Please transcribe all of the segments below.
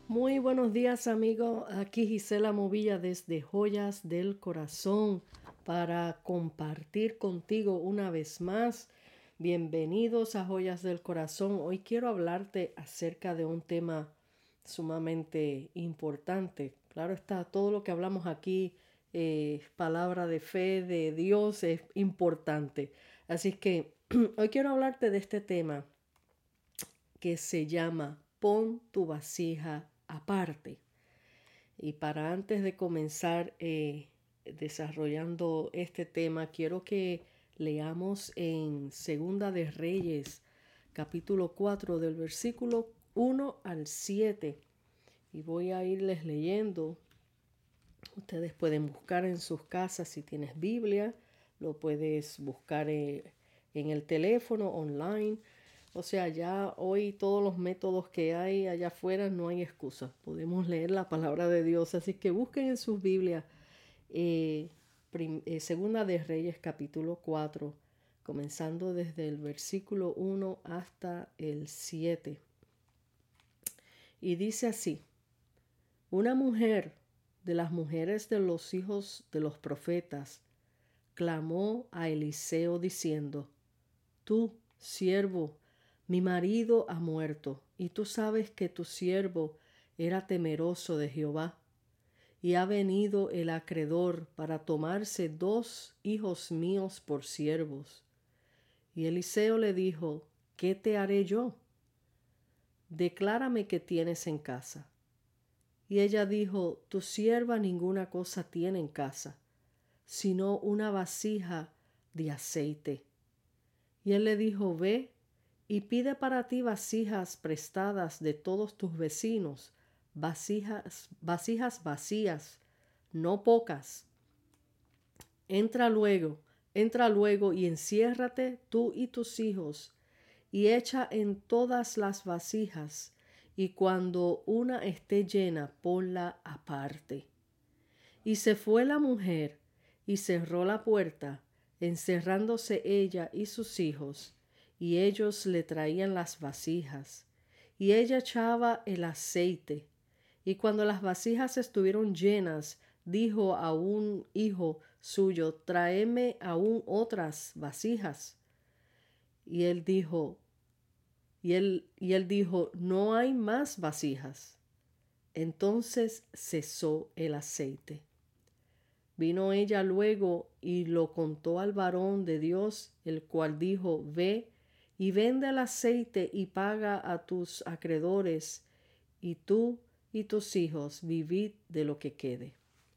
Muy buenos días, amigo. Aquí Gisela Movilla desde Joyas del Corazón para compartir contigo una vez más. Bienvenidos a Joyas del Corazón. Hoy quiero hablarte acerca de un tema sumamente importante. Claro está, todo lo que hablamos aquí, palabra de fe de Dios, es importante. Así que hoy quiero hablarte de este tema que se llama Pon tu vasija aparte. Y para antes de comenzar desarrollando este tema, quiero que leamos en Segunda de Reyes, capítulo 4, del versículo 1 al 7. Y voy a irles leyendo. Ustedes pueden buscar en sus casas si tienes Biblia, lo puedes buscar en el teléfono, online. O sea, ya hoy todos los métodos que hay allá afuera no hay excusa. Podemos leer la palabra de Dios. Así que busquen en sus Biblias Segunda de Reyes capítulo 4, comenzando desde el versículo 1 hasta el 7. Y dice así: una mujer de las mujeres de los hijos de los profetas clamó a Eliseo diciendo: Tú, siervo, mi marido ha muerto, y tú sabes que tu siervo era temeroso de Jehová, y ha venido el acreedor para tomarse 2 hijos míos por siervos. Y Eliseo le dijo: ¿Qué te haré yo? Declárame qué tienes en casa. Y ella dijo: Tu sierva ninguna cosa tiene en casa, sino una vasija de aceite. Y él le dijo: Ve y pide para ti vasijas prestadas de todos tus vecinos, vasijas vacías, no pocas. Entra luego y enciérrate tú y tus hijos, y echa en todas las vasijas, y cuando una esté llena, ponla aparte. Y se fue la mujer y cerró la puerta, encerrándose ella y sus hijos, y ellos le traían las vasijas, y ella echaba el aceite. Y cuando las vasijas estuvieron llenas, dijo a un hijo suyo: Tráeme aún otras vasijas. Y él dijo, No hay más vasijas. Entonces cesó el aceite. Vino ella luego y lo contó al varón de Dios, el cual dijo: Ve y vende el aceite y paga a tus acreedores, y tú y tus hijos vivid de lo que quede.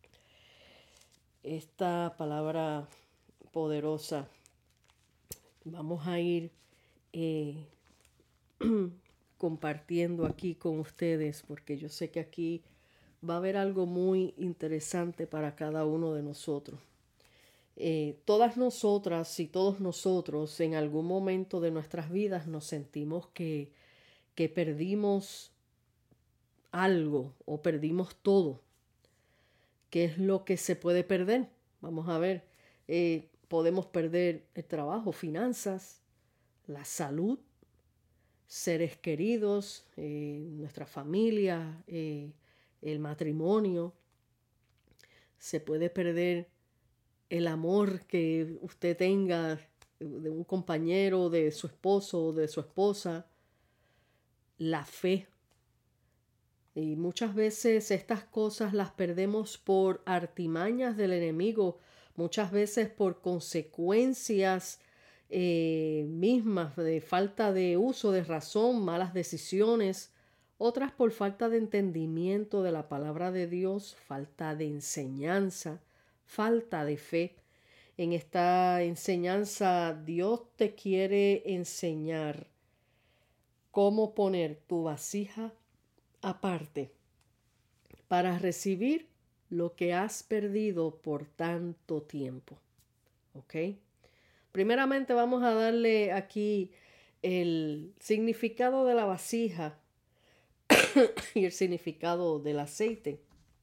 Esta palabra poderosa vamos a ir eh, compartiendo aquí con ustedes, porque yo sé que aquí va a haber algo muy interesante para cada uno de nosotros. Todas nosotras y todos nosotros en algún momento de nuestras vidas nos sentimos que perdimos algo o perdimos todo. ¿Qué es lo que se puede perder? Vamos a ver. Podemos perder el trabajo, finanzas, la salud, seres queridos, nuestra familia, el matrimonio. Se puede perder el amor que usted tenga de un compañero, de su esposo o de su esposa, la fe. Y muchas veces estas cosas las perdemos por artimañas del enemigo, muchas veces por consecuencias mismas de falta de uso de razón, malas decisiones, otras por falta de entendimiento de la palabra de Dios, falta de enseñanza, falta de fe. En esta enseñanza Dios te quiere enseñar cómo poner tu vasija aparte para recibir lo que has perdido por tanto tiempo. ¿Ok? Primeramente vamos a darle aquí el significado de la vasija y el significado del aceite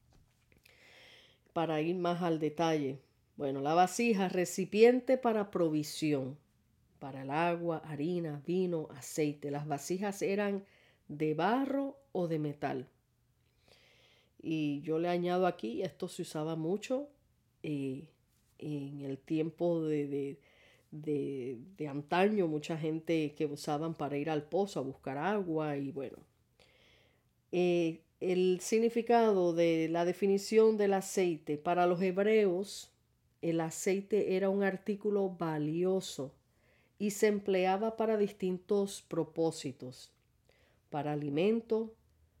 para ir más al detalle. Bueno, la vasija, recipiente para provisión, para el agua, harina, vino, aceite. Las vasijas eran de barro o de metal. Y yo le añado aquí, esto se usaba mucho en el tiempo de antaño, mucha gente que usaban para ir al pozo a buscar agua y bueno. El significado de la definición del aceite. Para los hebreos, el aceite era un artículo valioso y se empleaba para distintos propósitos, para alimento,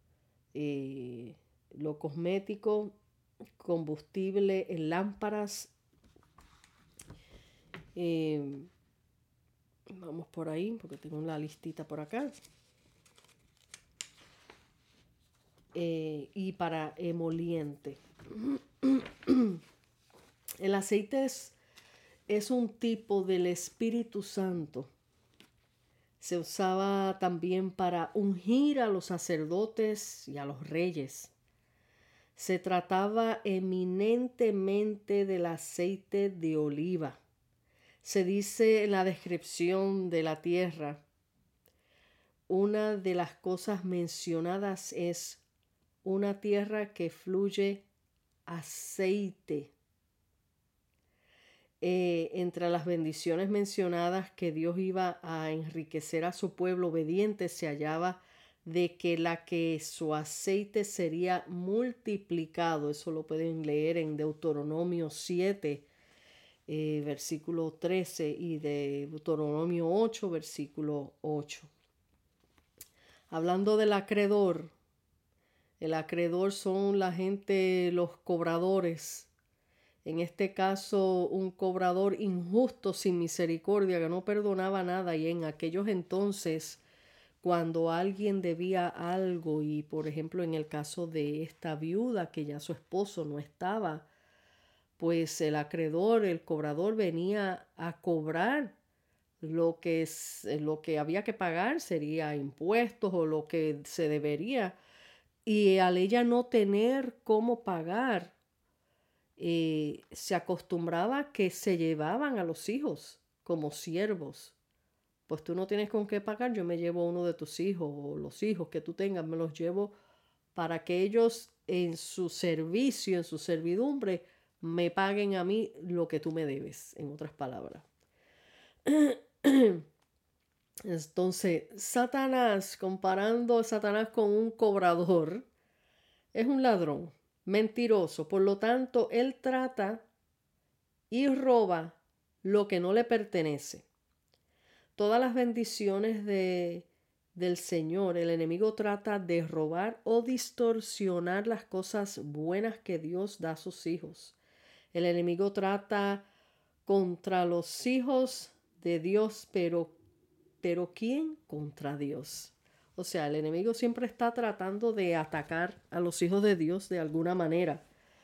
lo cosmético, combustible en lámparas. eh, Vamos por ahí porque tengo una listita por acá. Y para emoliente. El aceite es un tipo del Espíritu Santo. Se usaba también para ungir a los sacerdotes y a los reyes. Se trataba eminentemente del aceite de oliva. Se dice en la descripción de la tierra, una de las cosas mencionadas es una tierra que fluye aceite. Entre las bendiciones mencionadas que Dios iba a enriquecer a su pueblo obediente se hallaba de que su aceite sería multiplicado. Eso lo pueden leer en Deuteronomio 7, versículo 13 y de Deuteronomio 8, versículo 8. Hablando del acreedor, el acreedor son la gente, los cobradores. En este caso, un cobrador injusto sin misericordia que no perdonaba nada. Y en aquellos entonces, cuando alguien debía algo, y por ejemplo en el caso de esta viuda que ya su esposo no estaba, pues el acreedor, el cobrador venía a cobrar lo que había que pagar, sería impuestos o lo que se debería. Y al ella no tener cómo pagar, se acostumbraba que se llevaban a los hijos como siervos. Pues tú no tienes con qué pagar, yo me llevo uno de tus hijos o los hijos que tú tengas, me los llevo para que ellos en su servicio, en su servidumbre, me paguen a mí lo que tú me debes, en otras palabras. Entonces, Satanás, comparando a Satanás con un cobrador, es un ladrón, mentiroso. Por lo tanto, él trata y roba lo que no le pertenece. Todas las bendiciones del Señor, el enemigo trata de robar o distorsionar las cosas buenas que Dios da a sus hijos. El enemigo trata contra los hijos de Dios, pero ¿quién contra Dios? O sea, el enemigo siempre está tratando de atacar a los hijos de Dios de alguna manera.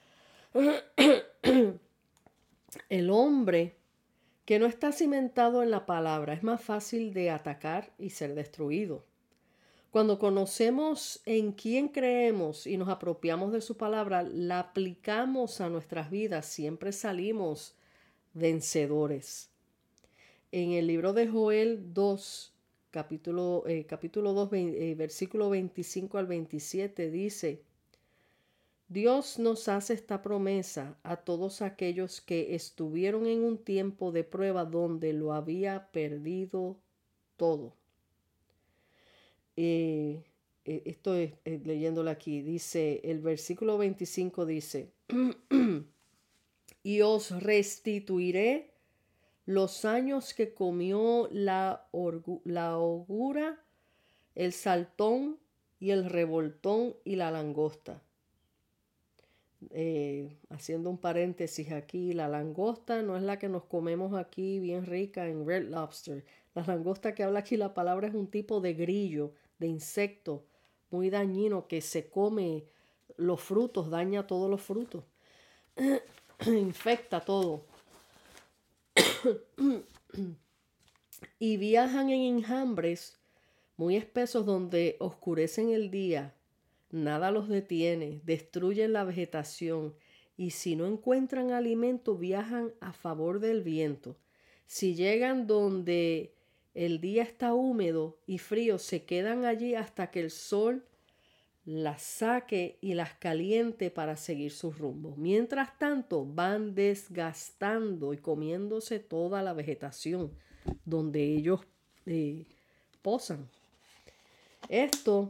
El hombre que no está cimentado en la palabra es más fácil de atacar y ser destruido. Cuando conocemos en quién creemos y nos apropiamos de su palabra, la aplicamos a nuestras vidas, siempre salimos vencedores. En el libro de Joel 2, capítulo 2, versículo 25 al 27 dice: Dios nos hace esta promesa a todos aquellos que estuvieron en un tiempo de prueba donde lo había perdido todo. Esto es leyéndolo aquí. Dice, el versículo 25 dice: y os restituiré los años que comió la ogura, el saltón y el revoltón y la langosta. Haciendo un paréntesis aquí, la langosta no es la que nos comemos aquí bien rica en Red Lobster. La langosta que habla aquí la palabra es un tipo de grillo, de insecto muy dañino que se come los frutos, daña todos los frutos, infecta todo. Y viajan en enjambres muy espesos donde oscurecen el día. Nada los detiene, destruyen la vegetación y si no encuentran alimento viajan a favor del viento. Si llegan donde el día está húmedo y frío, se quedan allí hasta que el sol las saque y las caliente para seguir sus rumbos. Mientras tanto, van desgastando y comiéndose toda la vegetación donde ellos posan. Esto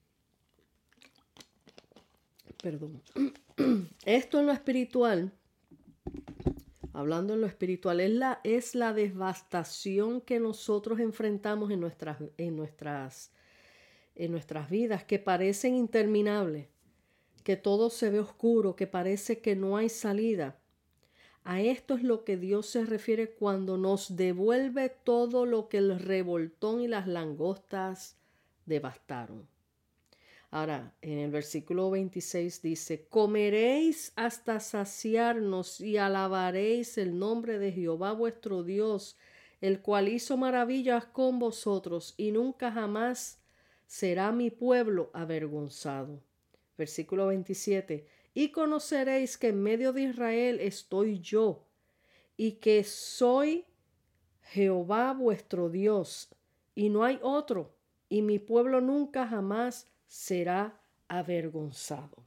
en lo espiritual, hablando en lo espiritual, es la devastación que nosotros enfrentamos en nuestras vidas, que parecen interminables, que todo se ve oscuro, que parece que no hay salida. A esto es lo que Dios se refiere cuando nos devuelve todo lo que el revoltón y las langostas devastaron. Ahora, en el versículo 26 dice, comeréis hasta saciarnos y alabaréis el nombre de Jehová vuestro Dios, el cual hizo maravillas con vosotros y nunca jamás será mi pueblo avergonzado. Versículo 27, y conoceréis que en medio de Israel estoy yo y que soy Jehová vuestro Dios y no hay otro, y mi pueblo nunca jamás será avergonzado.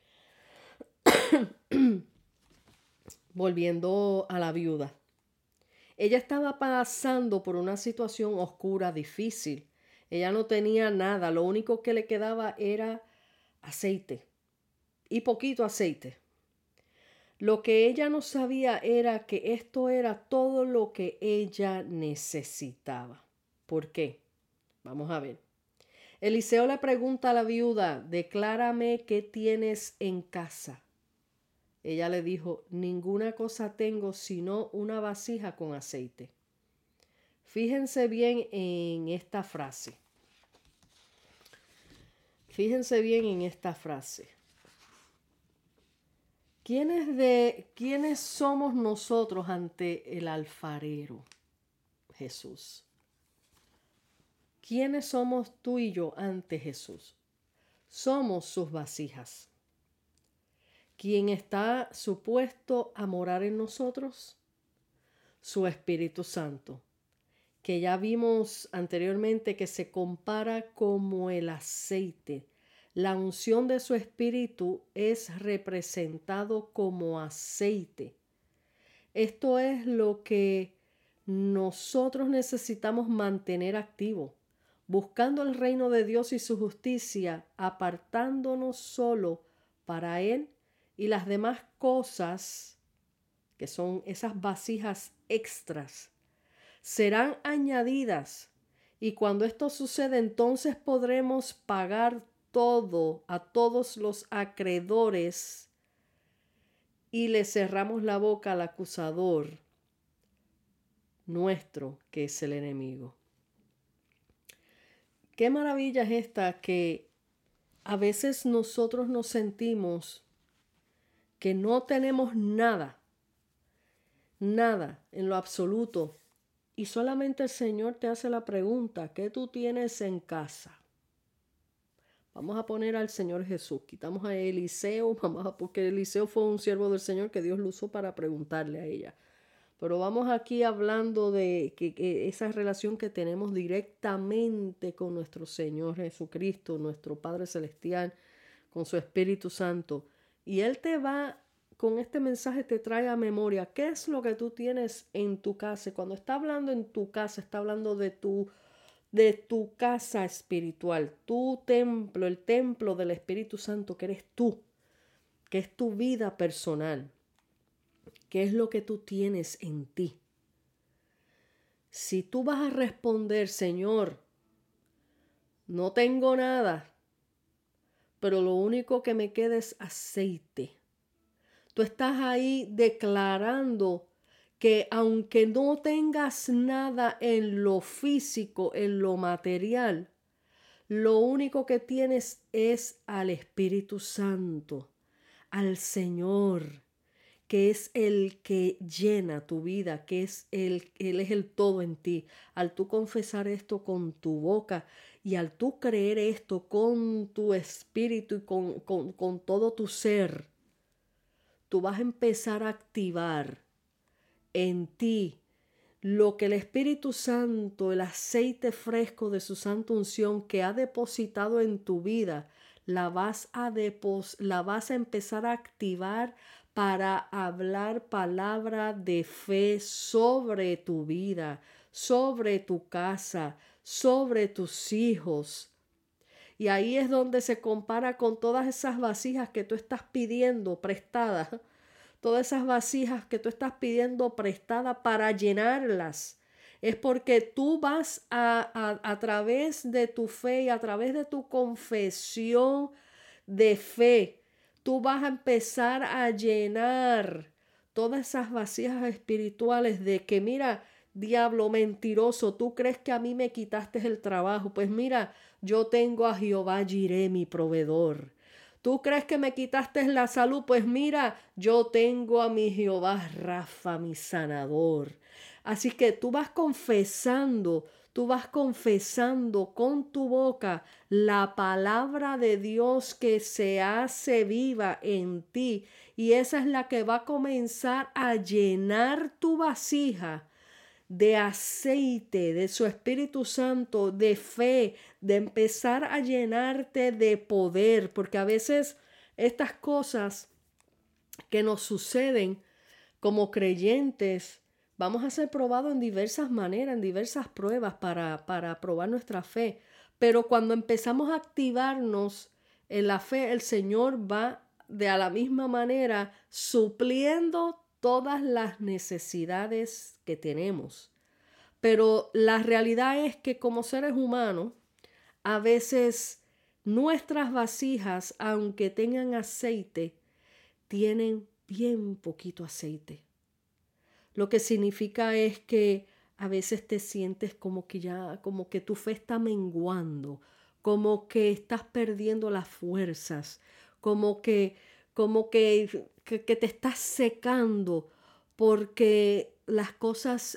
Volviendo a la viuda. Ella estaba pasando por una situación oscura, difícil. Ella no tenía nada, lo único que le quedaba era aceite y poquito aceite. Lo que ella no sabía era que esto era todo lo que ella necesitaba. ¿Por qué? Vamos a ver. Eliseo le pregunta a la viuda, declárame qué tienes en casa. Ella le dijo, ninguna cosa tengo sino una vasija con aceite. Fíjense bien en esta frase. Fíjense bien en esta frase. ¿Quiénes somos nosotros ante el alfarero? Jesús. ¿Quiénes somos tú y yo ante Jesús? Somos sus vasijas. ¿Quién está supuesto a morar en nosotros? Su Espíritu Santo, que ya vimos anteriormente que se compara como el aceite. La unción de su Espíritu es representado como aceite. Esto es lo que nosotros necesitamos mantener activo, buscando el reino de Dios y su justicia, apartándonos solo para Él y las demás cosas, que son esas vasijas extras, serán añadidas. Y cuando esto sucede, entonces podremos pagar todo a todos los acreedores y le cerramos la boca al acusador nuestro, que es el enemigo. Qué maravilla es esta, que a veces nosotros nos sentimos que no tenemos nada en lo absoluto, y solamente el Señor te hace la pregunta, ¿qué tú tienes en casa? Vamos a poner al Señor Jesús, quitamos a Eliseo, porque Eliseo fue un siervo del Señor que Dios lo usó para preguntarle a ella. Pero vamos aquí hablando de que esa relación que tenemos directamente con nuestro Señor Jesucristo, nuestro Padre Celestial, con su Espíritu Santo. Y Él te va, con este mensaje te trae a memoria qué es lo que tú tienes en tu casa. Cuando está hablando en tu casa, está hablando de tu casa espiritual, tu templo, el templo del Espíritu Santo, que eres tú, que es tu vida personal. ¿Qué es lo que tú tienes en ti? Si tú vas a responder, Señor, no tengo nada, pero lo único que me queda es aceite. Tú estás ahí declarando que aunque no tengas nada en lo físico, en lo material, lo único que tienes es al Espíritu Santo, al Señor, que es el que llena tu vida, que es Él es el todo en ti. Al tú confesar esto con tu boca y al tú creer esto con tu espíritu y con todo tu ser, tú vas a empezar a activar en ti lo que el Espíritu Santo, el aceite fresco de su santa unción que ha depositado en tu vida, la vas a empezar a activar para hablar palabra de fe sobre tu vida, sobre tu casa, sobre tus hijos. Y ahí es donde se compara con todas esas vasijas que tú estás pidiendo prestadas, todas esas vasijas que tú estás pidiendo prestadas para llenarlas. Es porque tú vas a través de tu fe y a través de tu confesión de fe, tú vas a empezar a llenar todas esas vasijas espirituales de que, mira, diablo mentiroso, tú crees que a mí me quitaste el trabajo. Pues mira, yo tengo a Jehová Jireh, mi proveedor. ¿Tú crees que me quitaste la salud? Pues mira, yo tengo a mi Jehová Rafa, mi sanador. Así que tú vas confesando con tu boca la palabra de Dios que se hace viva en ti. Y esa es la que va a comenzar a llenar tu vasija de aceite, de su Espíritu Santo, de fe, de empezar a llenarte de poder, porque a veces estas cosas que nos suceden como creyentes, vamos a ser probados en diversas maneras, en diversas pruebas para probar nuestra fe, pero cuando empezamos a activarnos en la fe, el Señor va de a la misma manera supliendo todas las necesidades que tenemos. Pero la realidad es que como seres humanos, a veces nuestras vasijas, aunque tengan aceite, tienen bien poquito aceite. Lo que significa es que a veces te sientes como que tu fe está menguando, como que estás perdiendo las fuerzas, como que te estás secando porque las cosas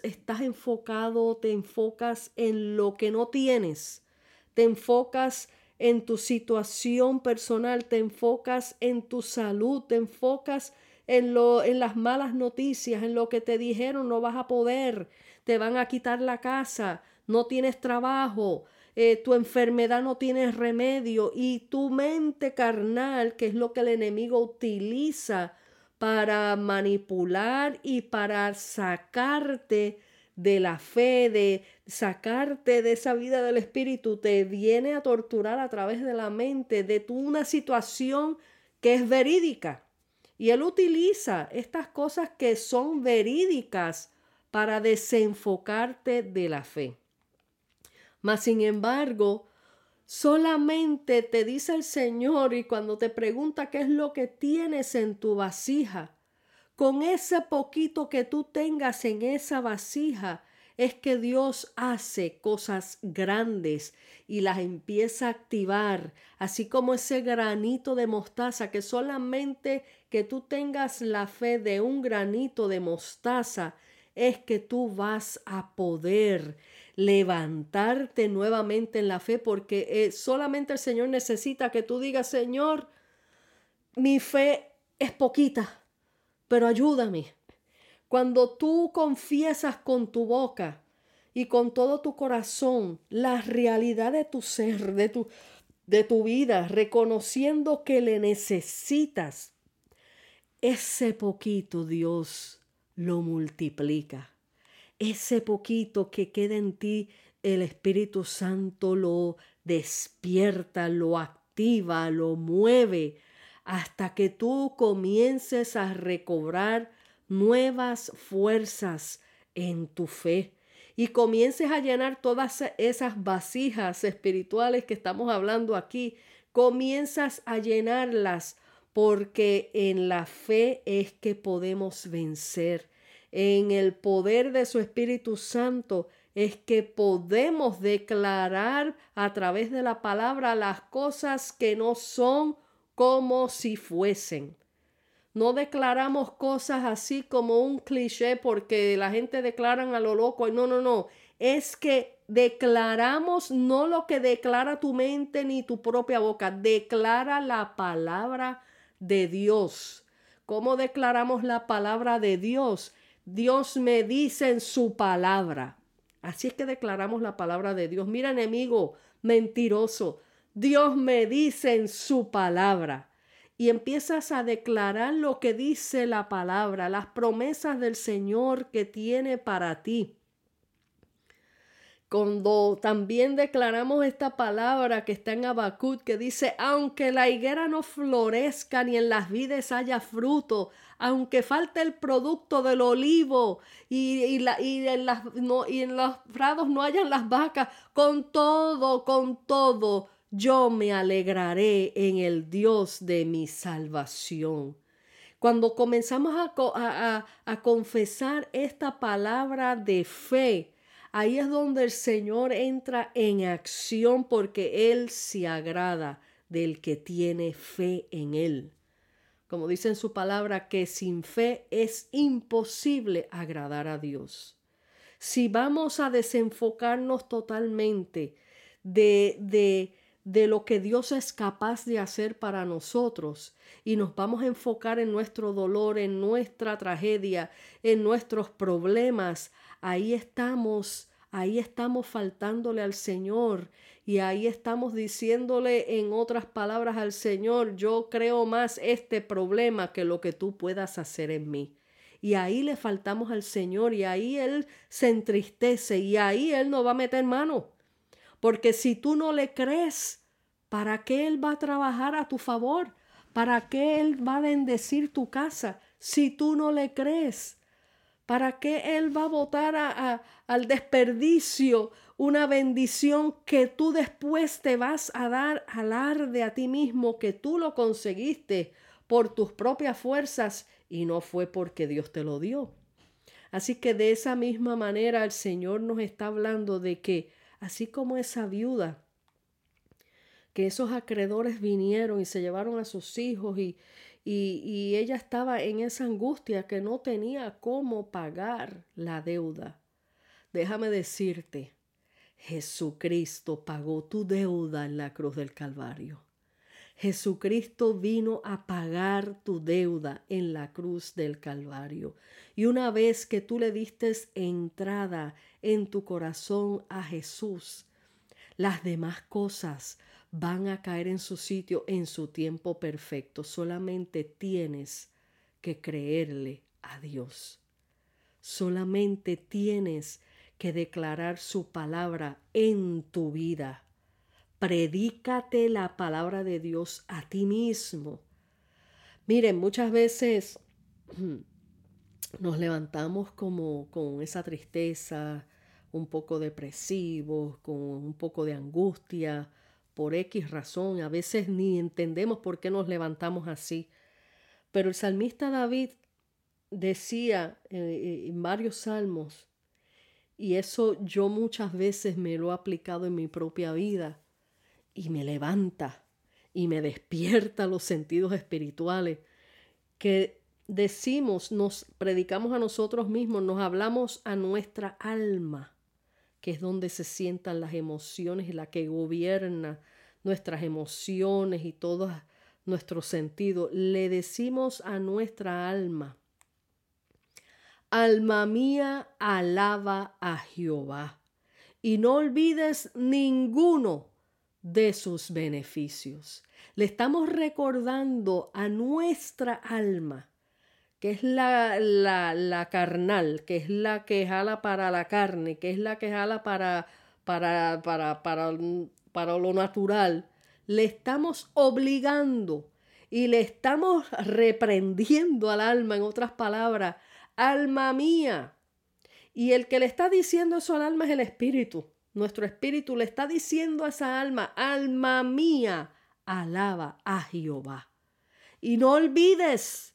te enfocas en lo que no tienes, te enfocas en tu situación personal, te enfocas en tu salud, te enfocas en las malas noticias, en lo que te dijeron no vas a poder, te van a quitar la casa, no tienes trabajo, tu enfermedad no tiene remedio y tu mente carnal, que es lo que el enemigo utiliza para manipular y para sacarte de la fe, de sacarte de esa vida del espíritu, te viene a torturar a través de la mente de una situación que es verídica. Y él utiliza estas cosas que son verídicas para desenfocarte de la fe. Mas, sin embargo, solamente te dice el Señor y cuando te pregunta qué es lo que tienes en tu vasija, con ese poquito que tú tengas en esa vasija, es que Dios hace cosas grandes y las empieza a activar, así como ese granito de mostaza, que solamente que tú tengas la fe de un granito de mostaza, es que tú vas a poder levantarte nuevamente en la fe, porque solamente el Señor necesita que tú digas, Señor, mi fe es poquita, pero ayúdame. Cuando tú confiesas con tu boca y con todo tu corazón la realidad de tu ser, de tu vida, reconociendo que le necesitas, ese poquito Dios lo multiplica. Ese poquito que queda en ti, el Espíritu Santo lo despierta, lo activa, lo mueve, hasta que tú comiences a recobrar nuevas fuerzas en tu fe y comiences a llenar todas esas vasijas espirituales que estamos hablando aquí. Comienzas a llenarlas porque en la fe es que podemos vencer. En el poder de su Espíritu Santo es que podemos declarar a través de la palabra las cosas que no son como si fuesen. No declaramos cosas así como un cliché porque la gente declara a lo loco. No. Es que declaramos no lo que declara tu mente ni tu propia boca. Declara la palabra de Dios. ¿Cómo declaramos la palabra de Dios? Dios me dice en su palabra. Así es que declaramos la palabra de Dios. Mira, enemigo mentiroso, Dios me dice en su palabra. Y empiezas a declarar lo que dice la palabra, las promesas del Señor que tiene para ti. Cuando también declaramos esta palabra que está en Habacuc, que dice, aunque la higuera no florezca ni en las vides haya fruto, aunque falte el producto del olivo y en los prados no hayan las vacas, con todo, yo me alegraré en el Dios de mi salvación. Cuando comenzamos a confesar esta palabra de fe, ahí es donde el Señor entra en acción porque Él se agrada del que tiene fe en Él. Como dice en su palabra, que sin fe es imposible agradar a Dios. Si vamos a desenfocarnos totalmente de lo que Dios es capaz de hacer para nosotros y nos vamos a enfocar en nuestro dolor, en nuestra tragedia, en nuestros problemas, ahí estamos faltándole al Señor y ahí estamos diciéndole en otras palabras al Señor, yo creo más este problema que lo que tú puedas hacer en mí. Y ahí le faltamos al Señor y ahí Él se entristece y ahí Él no va a meter mano. Porque si tú no le crees, ¿para qué Él va a trabajar a tu favor? ¿Para qué Él va a bendecir tu casa si tú no le crees? ¿Para qué Él va a botar al desperdicio una bendición que tú después te vas a dar alarde a ti mismo que tú lo conseguiste por tus propias fuerzas y no fue porque Dios te lo dio? Así que de esa misma manera el Señor nos está hablando de que así como esa viuda, que esos acreedores vinieron y se llevaron a sus hijos y ella estaba en esa angustia que no tenía cómo pagar la deuda. Déjame decirte, Jesucristo pagó tu deuda en la cruz del Calvario. Jesucristo vino a pagar tu deuda en la cruz del Calvario. Y una vez que tú le diste entrada en tu corazón a Jesús, las demás cosas van a caer en su sitio en su tiempo perfecto. Solamente tienes que creerle a Dios. Solamente tienes que declarar su palabra en tu vida. Predícate la palabra de Dios a ti mismo. Miren, muchas veces nos levantamos como con esa tristeza, un poco depresivos, con un poco de angustia, por X razón. A veces ni entendemos por qué nos levantamos así. Pero el salmista David decía en varios salmos, y eso yo muchas veces me lo he aplicado en mi propia vida, y me levanta y me despierta los sentidos espirituales, que decimos, nos predicamos a nosotros mismos, nos hablamos a nuestra alma, que es donde se sientan las emociones y la que gobierna nuestras emociones y todos nuestros sentidos. Le decimos a nuestra alma, alma mía, alaba a Jehová y no olvides ninguno de sus beneficios. Le estamos recordando a nuestra alma, que es la carnal, que es la que jala para la carne, que es la que jala para lo natural. Le estamos obligando y le estamos reprendiendo al alma, en otras palabras, alma mía. Y el que le está diciendo eso al alma es el espíritu. Nuestro espíritu le está diciendo a esa alma, alma mía, alaba a Jehová. Y no olvides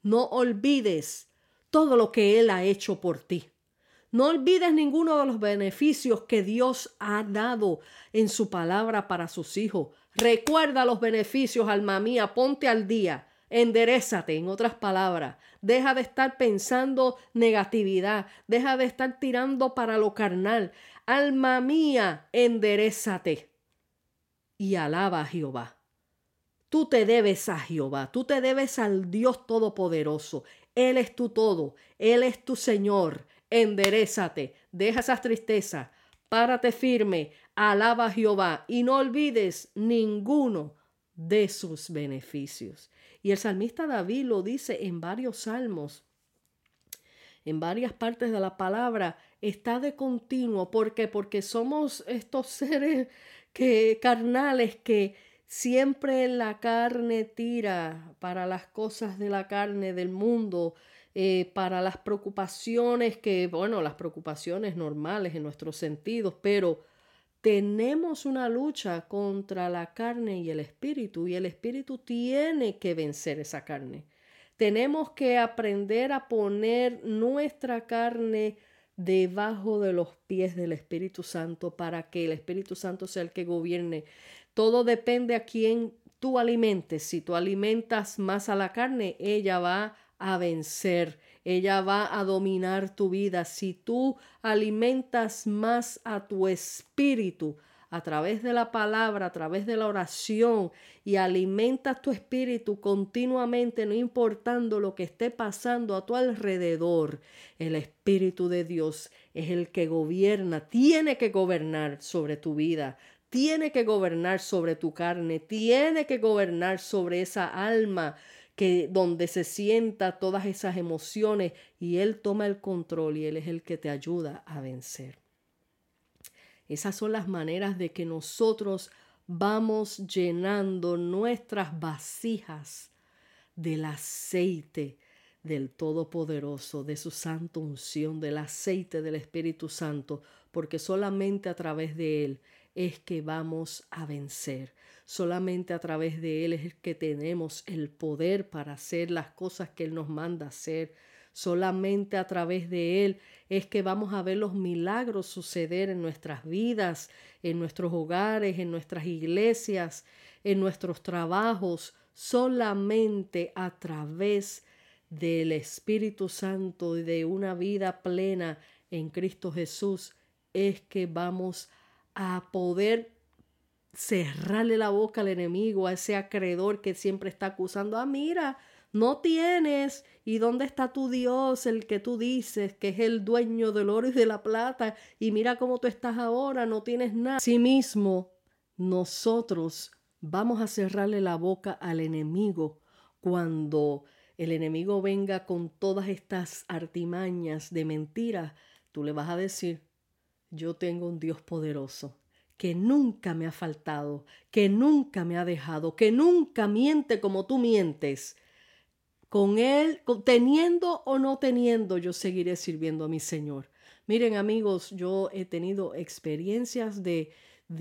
todo lo que Él ha hecho por ti. No olvides ninguno de los beneficios que Dios ha dado en su palabra para sus hijos. Recuerda los beneficios, alma mía, ponte al día. Enderézate, en otras palabras. Deja de estar pensando negatividad. Deja de estar tirando para lo carnal. Alma mía, enderézate y alaba a Jehová. Tú te debes a Jehová. Tú te debes al Dios Todopoderoso. Él es tu todo. Él es tu Señor. Enderézate. Deja esas tristezas. Párate firme. Alaba a Jehová y no olvides ninguno de sus beneficios. Y el salmista David lo dice en varios salmos, en varias partes de la palabra, está de continuo. ¿Por qué? Porque somos estos seres carnales que siempre la carne tira para las cosas de la carne, del mundo, para las preocupaciones las preocupaciones normales en nuestros sentidos, pero tenemos una lucha contra la carne y el espíritu tiene que vencer esa carne. Tenemos que aprender a poner nuestra carne debajo de los pies del Espíritu Santo para que el Espíritu Santo sea el que gobierne. Todo depende a quién tú alimentes. Si tú alimentas más a la carne, ella va a vencer, ella va a dominar tu vida. Si tú alimentas más a tu espíritu, a través de la palabra, a través de la oración, y alimentas tu espíritu continuamente, no importando lo que esté pasando a tu alrededor, el Espíritu de Dios es el que gobierna, tiene que gobernar sobre tu vida, tiene que gobernar sobre tu carne, tiene que gobernar sobre esa alma donde se sienta todas esas emociones, y Él toma el control y Él es el que te ayuda a vencer. Esas son las maneras de que nosotros vamos llenando nuestras vasijas del aceite del Todopoderoso, de su santa unción, del aceite del Espíritu Santo, porque solamente a través de Él es que vamos a vencer. Solamente a través de Él es que tenemos el poder para hacer las cosas que Él nos manda hacer. Solamente a través de Él es que vamos a ver los milagros suceder en nuestras vidas, en nuestros hogares, en nuestras iglesias, en nuestros trabajos. Solamente a través del Espíritu Santo y de una vida plena en Cristo Jesús es que vamos a poder cerrarle la boca al enemigo, a ese acreedor que siempre está acusando. Mira, no tienes. ¿Y dónde está tu Dios, el que tú dices que es el dueño del oro y de la plata? Y mira cómo tú estás ahora, no tienes nada. Asimismo, nosotros vamos a cerrarle la boca al enemigo cuando el enemigo venga con todas estas artimañas de mentiras. Tú le vas a decir: yo tengo un Dios poderoso que nunca me ha faltado, que nunca me ha dejado, que nunca miente como tú mientes. Con Él, teniendo o no teniendo, yo seguiré sirviendo a mi Señor. Miren, amigos, yo he tenido experiencias de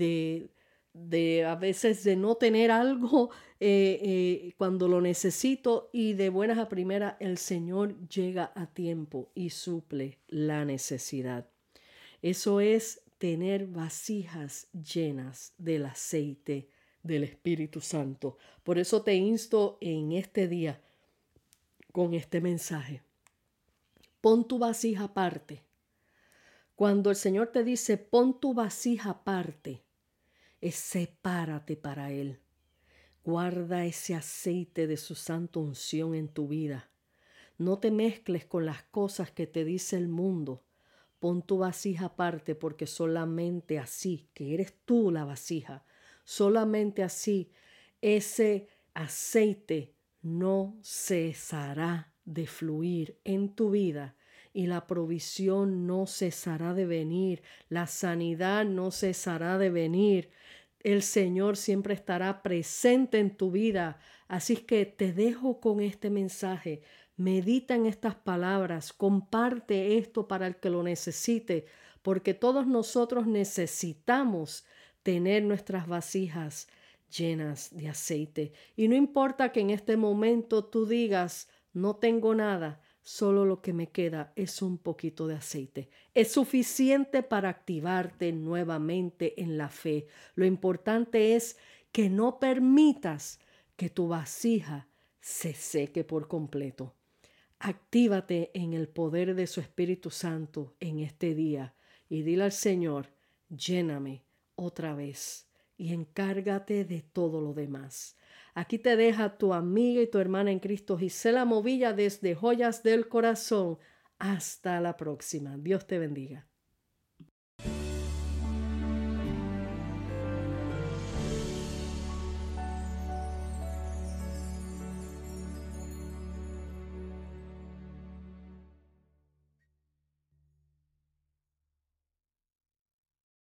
a veces de no tener algo cuando lo necesito, y de buenas a primeras el Señor llega a tiempo y suple la necesidad. Eso es tener vasijas llenas del aceite del Espíritu Santo. Por eso te insto en este día con este mensaje. Pon tu vasija aparte. Cuando el Señor te dice pon tu vasija aparte, sepárate para Él. Guarda ese aceite de su santa unción en tu vida. No te mezcles con las cosas que te dice el mundo. Pon tu vasija aparte, porque solamente así, que eres tú la vasija, solamente así ese aceite no cesará de fluir en tu vida, y la provisión no cesará de venir, la sanidad no cesará de venir. El Señor siempre estará presente en tu vida. Así que te dejo con este mensaje. Medita en estas palabras, comparte esto para el que lo necesite, porque todos nosotros necesitamos tener nuestras vasijas llenas de aceite. Y no importa que en este momento tú digas: no tengo nada, solo lo que me queda es un poquito de aceite. Es suficiente para activarte nuevamente en la fe. Lo importante es que no permitas que tu vasija se seque por completo. Actívate en el poder de su Espíritu Santo en este día y dile al Señor: lléname otra vez, y encárgate de todo lo demás. Aquí te deja tu amiga y tu hermana en Cristo, Gisela Movilla, desde Joyas del Corazón. Hasta la próxima. Dios te bendiga.